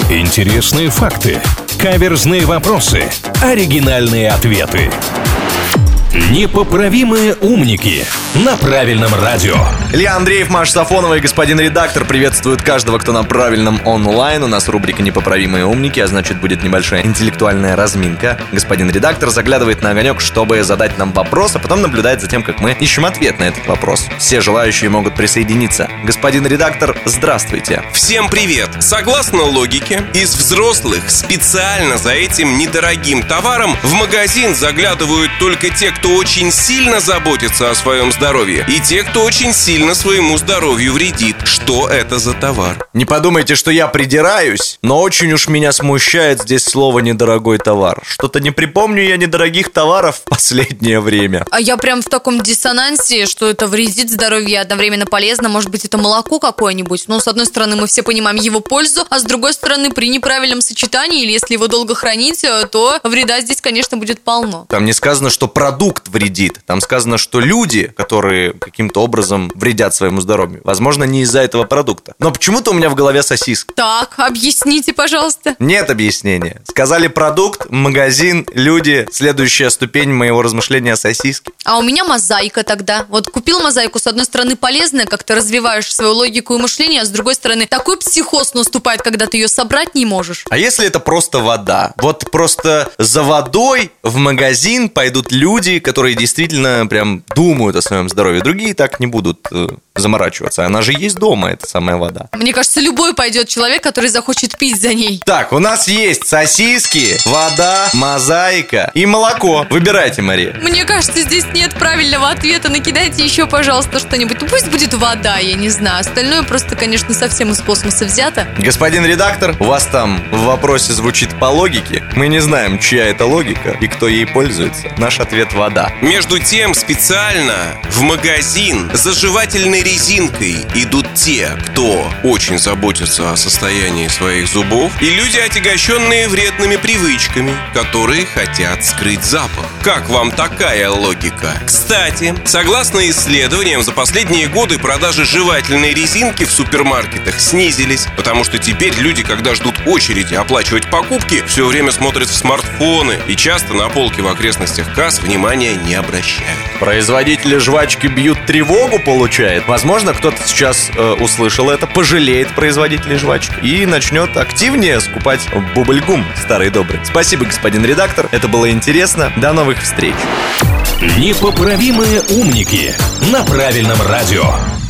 Интересные факты, каверзные вопросы, оригинальные ответы. Непоправимые умники на правильном радио. Илья Андреев, Маша Сафонова и господин редактор приветствуют каждого, кто на правильном онлайн. У нас рубрика «Непоправимые умники», а значит, будет небольшая интеллектуальная разминка. Господин редактор заглядывает на огонек, чтобы задать нам вопрос, а потом наблюдает за тем, как мы ищем ответ на этот вопрос. Все желающие могут присоединиться. Господин редактор, здравствуйте. Всем привет! Согласно логике, из взрослых специально за этим недорогим товаром в магазин заглядывают только те, кто очень сильно заботится о своем здоровье, и те, кто очень сильно своему здоровью вредит. Что это за товар? Не подумайте, что я придираюсь, но очень уж меня смущает здесь слово «недорогой товар». Что-то не припомню я недорогих товаров в последнее время. А я прям в таком диссонансе, что это вредит здоровью и одновременно полезно. Может быть, это молоко какое-нибудь? Но, с одной стороны, мы все понимаем его пользу, а с другой стороны, при неправильном сочетании, или если его долго хранить, то вреда здесь, конечно, будет полно. Там не сказано, что продукт вредит. Там сказано, что люди, которые каким-то образом вредят своему здоровью, возможно, не из-за этого продукта. Но почему-то у меня в голове сосиска. Так, объясните, пожалуйста. Нет объяснения. Сказали продукт, магазин, люди. Следующая ступень моего размышления о сосиске. А у меня мозаика тогда. Вот купил мозаику, с одной стороны полезная, как ты развиваешь свою логику и мышление, а с другой стороны такой психоз наступает, когда ты ее собрать не можешь. А если это просто вода? Вот просто за водой в магазин пойдут люди, которые действительно прям думают о своем здоровье. Другие так не будут заморачиваться. Она же есть дома, эта самая вода. Мне кажется, любой пойдет человек, который захочет пить за ней. Так, у нас есть сосиски, вода, мозаика и молоко. Выбирайте, Мария. Мне кажется, здесь нет правильного ответа. Накидайте еще, пожалуйста, что-нибудь. Ну, пусть будет вода, я не знаю. Остальное просто, конечно, совсем из космоса взято. Господин редактор, у вас там в вопросе звучит по логике. Мы не знаем, чья это логика и кто ей пользуется. Наш ответ — вода. Между тем, специально в магазин за жевательной резинкой идут те, кто очень заботится о состоянии своих зубов, и люди, отягощенные вредными привычками, которые хотят скрыть запах. Как вам такая логика? Кстати, согласно исследованиям, за последние годы продажи жевательной резинки в супермаркетах снизились, потому что теперь люди, когда ждут очереди оплачивать покупки, все время смотрят в смартфоны и часто на полке в окрестностях касс внимания не обращают. Производители жвачки бьют тревогу, получает. Возможно, кто-то сейчас услышал это, пожалеет производителей жвачки и начнет активнее скупать бубльгум старый добрый. Спасибо, господин редактор, это было интересно. До новых встреч. Непоправимые умники на правильном радио.